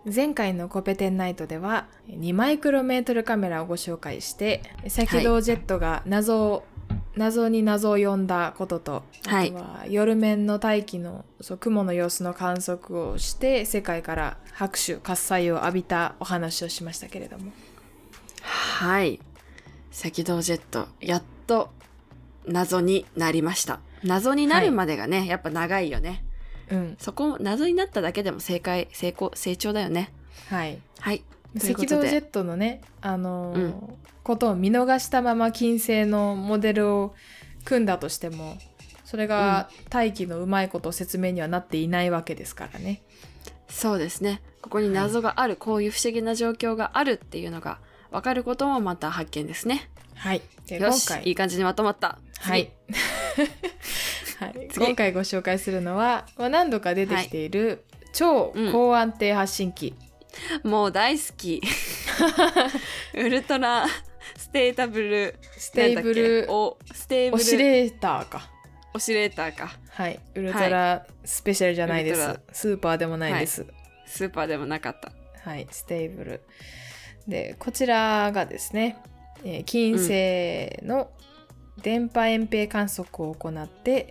前回のコペテンナイトでは2マイクロメートルカメラをご紹介して、赤道ジェットが謎に謎を呼んだことと、あとは夜面の大気の雲の様子の観測をして世界から拍手喝采を浴びたお話をしましたけれども、 はい、赤道ジェットやっと謎になりました。謎になるまでがね、やっぱ長いよね。そこ謎になっただけでも成長だよね。 はい、 はい、 赤道ジェットのね、ことを見逃したまま金星のモデルを組んだとしても、それが大気のうまいこと説明にはなっていないわけですからね。 そうですね。ここに謎がある、こういう不思議な状況があるっていうのが分かることもまた発見ですね。 はい。 でよし、いい感じにまとまった。 はい。はい、今回ご紹介するのは、何度か出てきている超高安定発信機。 もう大好き。ウルトラステーブルオシレーターか。 オシレーターか。 はい。ウルトラスペシャルじゃないです。スーパーでもないです。 スーパーでもなかった。 はい。ステーブル。で、こちらがですね、金星の電波遠平観測を行って、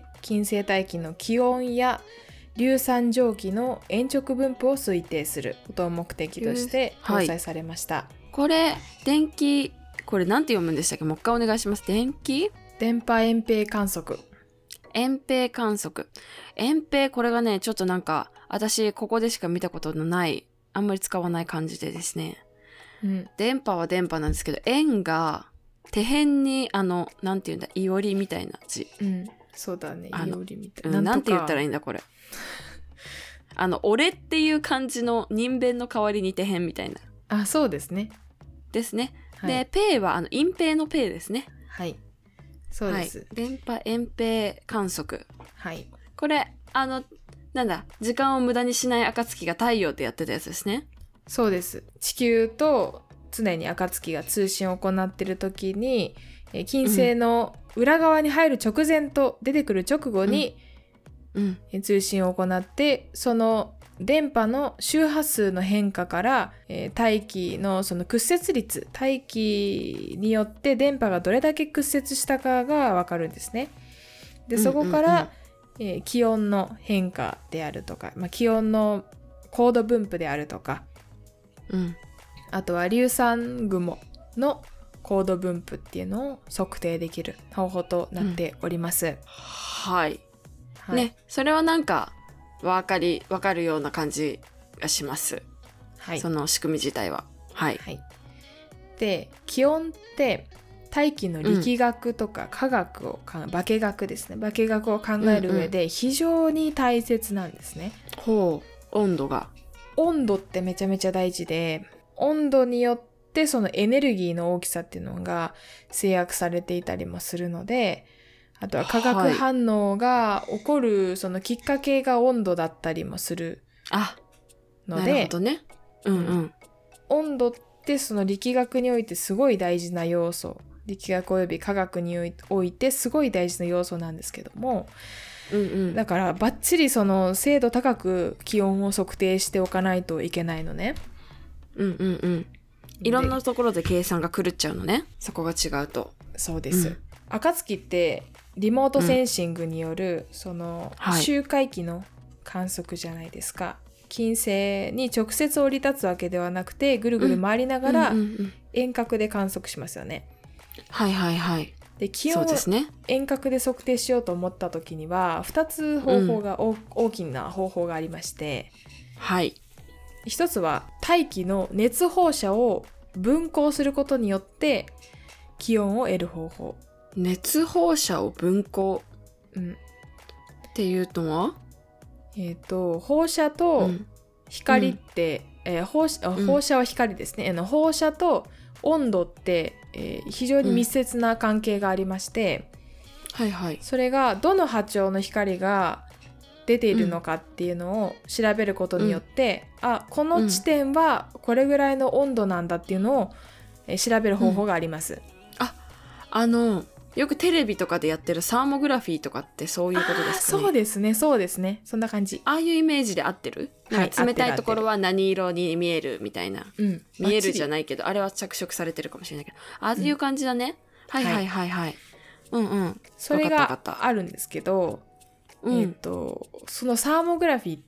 金星大気の気温や硫酸蒸気の延直分布を推定することを目的として搭載されました。 これこれなんて読むんでしたっけ？もう一回お願いします。電波遠平観測。 遠平観測。遠平、これがね、ちょっとなんか私ここでしか見たことのない、あんまり使わない感じでですね。電波は電波なんですけど、円が手辺になんていうんだ、いおりみたいな字。 そうだね、いおりみたいな。 なんて言ったらいいんだこれ。俺っていう感じの人弁の代わりに手辺みたいな。 あ、そうですね。 ですね。で、ペイは隠蔽のペイですね。 はい。そうです。 電波遠平観測。 はい。 これなんだ、時間を無駄にしない暁が太陽ってやってたやつですね。 そうです。地球と常に暁が通信を行っている時に、金星の裏側に入る直前と出てくる直後に、通信を行って、その電波の周波数の変化から、大気のその屈折率、大気によって電波がどれだけ屈折したかがわかるんですね。で、そこから、気温の変化であるとか、気温の高度分布であるとか、あとは硫酸雲の高度分布っていうのを測定できる方法となっております。 はい。ね、それはなんかわかるような感じがします。はい。その仕組み自体は。はい。 で、気温って大気の力学とか化学を化学ですね。化学を考える上で非常に大切なんですね。 温度ってめちゃめちゃ大事で、温度によってそのエネルギーの大きさっていうのが制約されていたりもするので、あとは化学反応が起こるそのきっかけが温度だったりもするので、 なるほどね。 温度ってその力学においてすごい大事な要素、力学および化学においてすごい大事な要素なんですけども、だからバッチリその精度高く気温を測定しておかないといけないのね。 いろんなところで計算が狂っちゃうのね。そこが違うと。 そうです。暁ってリモートセンシングによるその周回期の観測じゃないですか。金星に直接降り立つわけではなくて、ぐるぐる回りながら遠隔で観測しますよね。で、気温を遠隔で測定しようと思った時には2つ方法が、大きな方法がありまして、一つは大気の熱放射を分光することによって気温を得る方法。 熱放射を分光、っていうのは、 放射と光って、放射は光ですね。放射と温度って、非常に密接な関係がありまして、それがどの波長の光が出ているのかっていうのを調べることによって、この地点はこれぐらいの温度なんだっていうのを、調べる方法があります。 よくテレビとかでやってるサーモグラフィーとかってそういうことですかね。 そうですね、そうですね。そんな感じ。 ああいうイメージで合ってる？ はい、 冷たいところは何色に見えるみたいな。 うん、 見えるじゃないけど、あれは着色されてるかもしれないけど。ああいう感じだね。はいはいはいはい。うんうん。 それがあるんですけど、 うん、 そのサーモグラフィーって、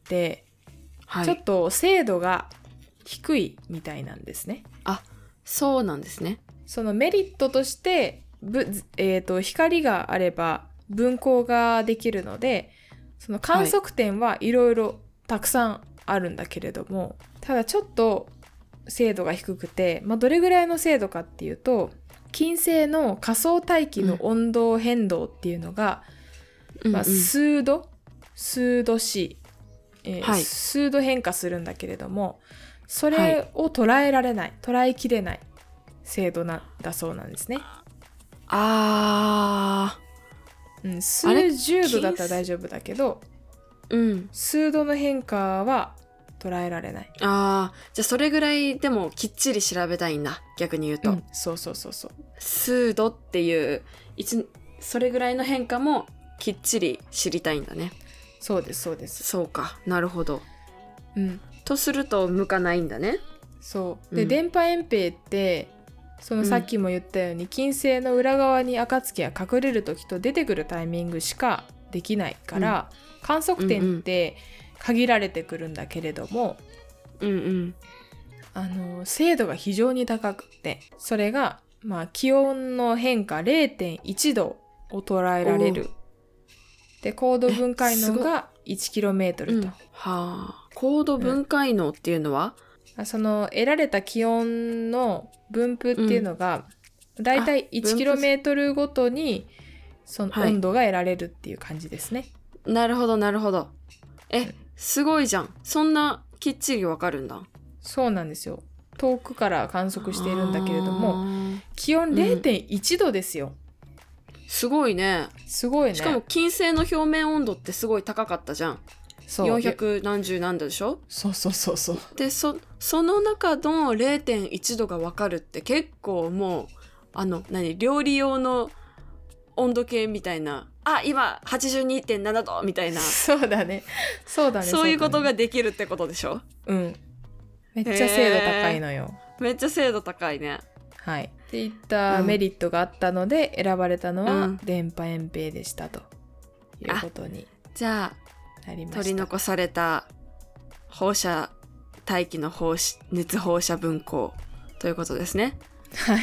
はい、 ちょっと精度が低いみたいなんですね。 あ、そうなんですね。 そのメリットとして光があれば分光ができるので、その観測点はいろいろたくさんあるんだけれども、ただちょっと精度が低くて、どれぐらいの精度かっていうと、金星の仮想大気の温度変動っていうのが、数度 C、数度変化するんだけれども、それを捉えきれない精度なんだそうなんですね。数十度だったら大丈夫だけど、数度の変化は捉えられない。 じゃあそれぐらいでもきっちり調べたいんだ、逆に言うと。 そう。 数度っていうそれぐらいの変化もきっちり知りたいんだね。 そうですそうです。 そうか、なるほど。とすると向かないんだね。 そうで、電波遠征ってそのさっきも言ったように、金星の裏側に暁が隠れる時と出てくるタイミングしかできないから、観測点って限られてくるんだけれども、精度が非常に高くて、それが気温の変化 0.1 度を捉えられる。で、高度分解能が 1km と。 高度分解能っていうのは、 その得られた気温の分布っていうのが、だいたい 1km ごとにその温度が得られるっていう感じですね。 なるほどなるほど。すごいじゃん。そんなきっちりわかるんだ。 そうなんですよ。遠くから観測しているんだけれども、気温 0.1 度ですよ。 すごいね。 すごいね。 しかも金星の表面温度ってすごい高かったじゃん。400何十何度でしょ。 そうでその中の 0.1 度が分かるって結構もう料理用の温度計みたいな、今 82.7 度みたいな。 そうだねそういうことができるってことでしょ。 めっちゃ精度高いのよ。 めっちゃ精度高いね。 はい。っていったメリットがあったので、選ばれたのは電波遠征でしたということにじゃあ取り残された放射大気の熱放射分光ということですね。 はい。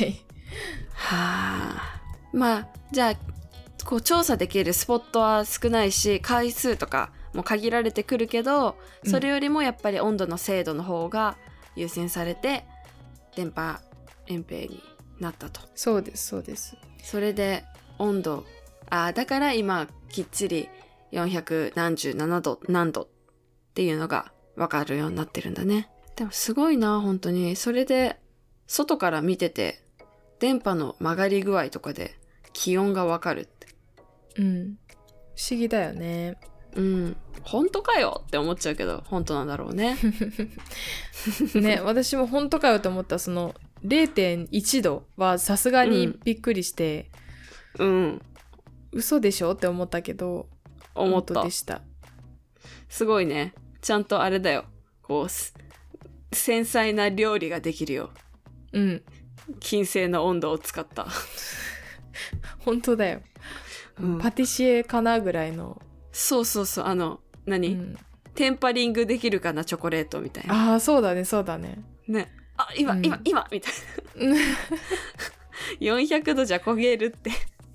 じゃあ調査できるスポットは少ないし、回数とかも限られてくるけど、それよりもやっぱり温度の精度の方が優先されて電波遠征になったと。 そうです。 それで温度だから今きっちり400何十7度何度っていうのが分かるようになってるんだね。でもすごいな、本当に。それで外から見てて電波の曲がり具合とかで気温が分かるって、 不思議だよね。 本当かよって思っちゃうけど、本当なんだろうね。 ね、私も本当かよと思った。その 0.1 度はさすがにびっくりして、嘘でしょって思ったけど、 思った。 本当でした。 すごいね。ちゃんとあれだよ。繊細な料理ができるよ。金星の温度を使った。 本当だよ。パティシエかなぐらいの。 そう。テンパリングできるかな、チョコレートみたいな。 そうだね。 ね。今みたいな。400度じゃ焦げるって。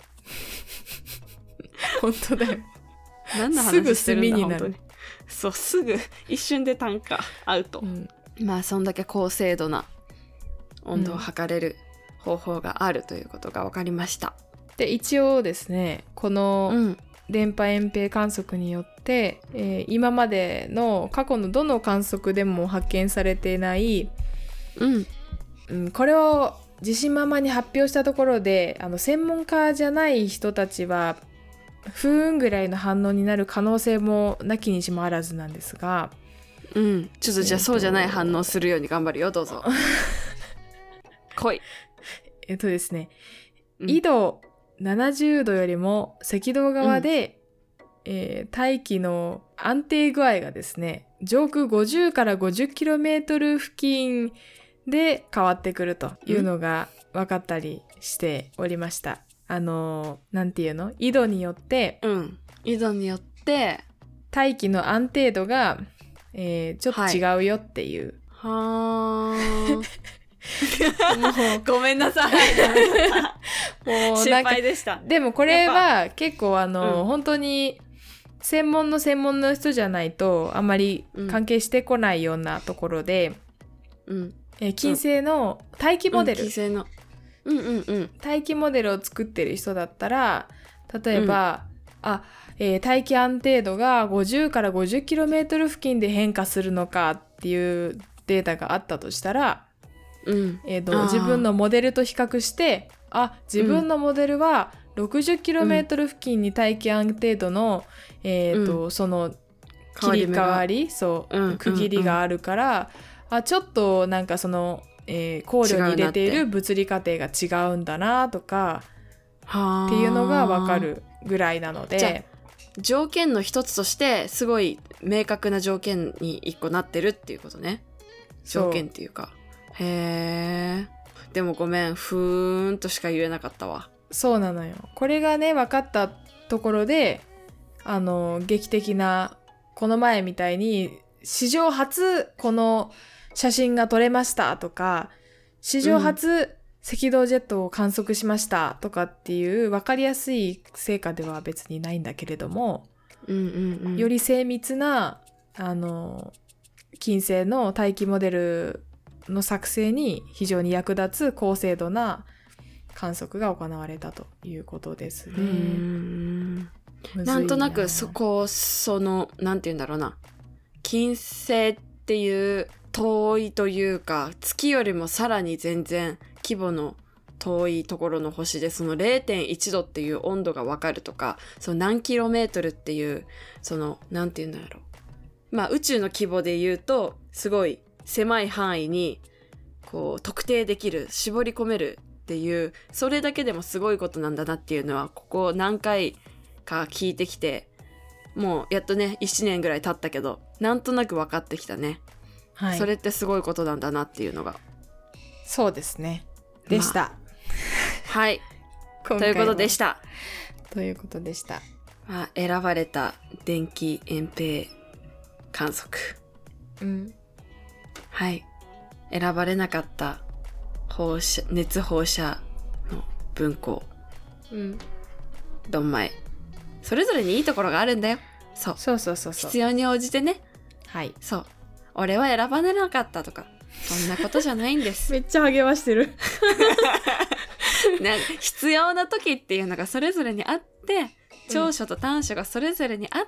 本当だよ。 何の話してるんだ、 すぐ炭になる。 そう、すぐ一瞬で炭化アウト。そんだけ高精度な温度を測れる方法があるということが分かりました。 で、一応ですね、この電波遠征観測によって、今までの過去のどの観測でも発見されていない、これを自信満々に発表したところで、専門家じゃない人たちは不運ぐらいの反応になる可能性もなきにしもあらずなんですが、 ちょっとじゃあそうじゃない反応するように頑張るよ、どうぞ。来い。 ですね、緯度 70度よりも赤道側で、大気の安定具合がですね、上空50から 50km 付近で変わってくるというのが分かったりしておりました。なんていうの？緯度によって、 緯度によって大気の安定度が、ちょっと違うよっていう。 もうごめんなさい。もう心配でした。 でもこれは結構本当に専門の人じゃないとあんまり関係してこないようなところで、金星の大気モデル、 金星の大気モデルを作ってる人だったら、例えば、大気安定度が50から 50km 付近で変化するのかっていうデータがあったとしたら、自分のモデルと比較して、自分のモデルは 60km 付近に大気安定度の、その切り替わり、区切りがあるから、ちょっとなんかその、考慮に入れている物理過程が違うんだなとかっていうのが分かるぐらいなので、 条件の一つとしてすごい明確な条件に一個なってるっていうことね。条件っていうか。へー。でもごめん、ふーんとしか言えなかったわ。 そうなのよ。これがね、分かったところで、劇的な、この前みたいに、史上初この写真が撮れましたとか、史上初赤道ジェットを観測しましたとかっていう分かりやすい成果では別にないんだけれども、より精密な、金星の大気モデルの作成に非常に役立つ高精度な観測が行われたということですね。 なんとなくそのなんて言うんだろうな、金星っていう遠いというか、月よりもさらに全然規模の遠いところの星で、その 0.1 度っていう温度がわかるとか、その何キロメートルっていう、そのなんて言うんだろう、宇宙の規模で言うとすごい狭い範囲にこう特定できる、絞り込めるっていう、それだけでもすごいことなんだなっていうのは、ここ何回か聞いてきて、もうやっとね1年ぐらい経ったけど、なんとなく分かってきたね。それってすごいことなんだなっていうのが。 そうですね。でした。 はいということでした。選ばれた電気遠平観測。はい。選ばれなかった熱放射の分光。ドンマイ。それぞれにいいところがあるんだよ。そう。必要に応じてね。 はい。 そう。俺は選ばれなかったとか、そんなことじゃないんです。 めっちゃ励ましてる。 必要な時っていうのがそれぞれにあって、長所と短所がそれぞれにあって、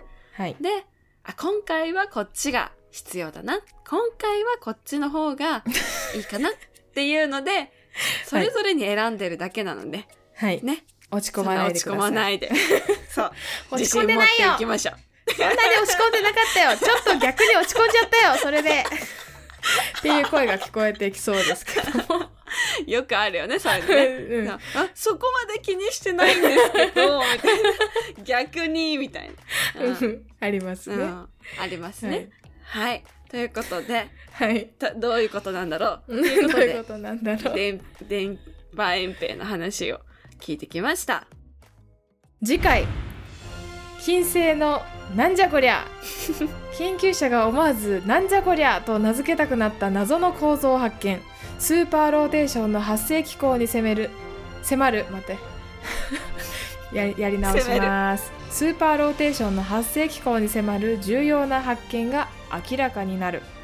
で、今回はこっちが必要だな、今回はこっちの方がいいかなっていうので、それぞれに選んでるだけなので、ね。 落ち込まないでください。 落ち込まないで。そう。 落ち込んでないよ。 行きましょう。 そんなに落ち込んでなかったよ。ちょっと逆に落ち込んじゃったよ。それで。っていう声が聞こえてきそうですけども。 よくあるよね、それね。そこまで気にしてないんですけど、みたいな。逆に、みたいな。 ありますね。 ありますね。はい。ということで、 はいどういうことなんだろう。 どういうことなんだろう。 電波遠平の話を聞いてきました。 次回、金星のなんじゃこりゃ。研究者が思わずなんじゃこりゃと名付けたくなった謎の構造を発見。スーパーローテーションの発生機構に迫る待ってやり直します。スーパーローテーションの発生機構に迫る重要な発見が明らかになる。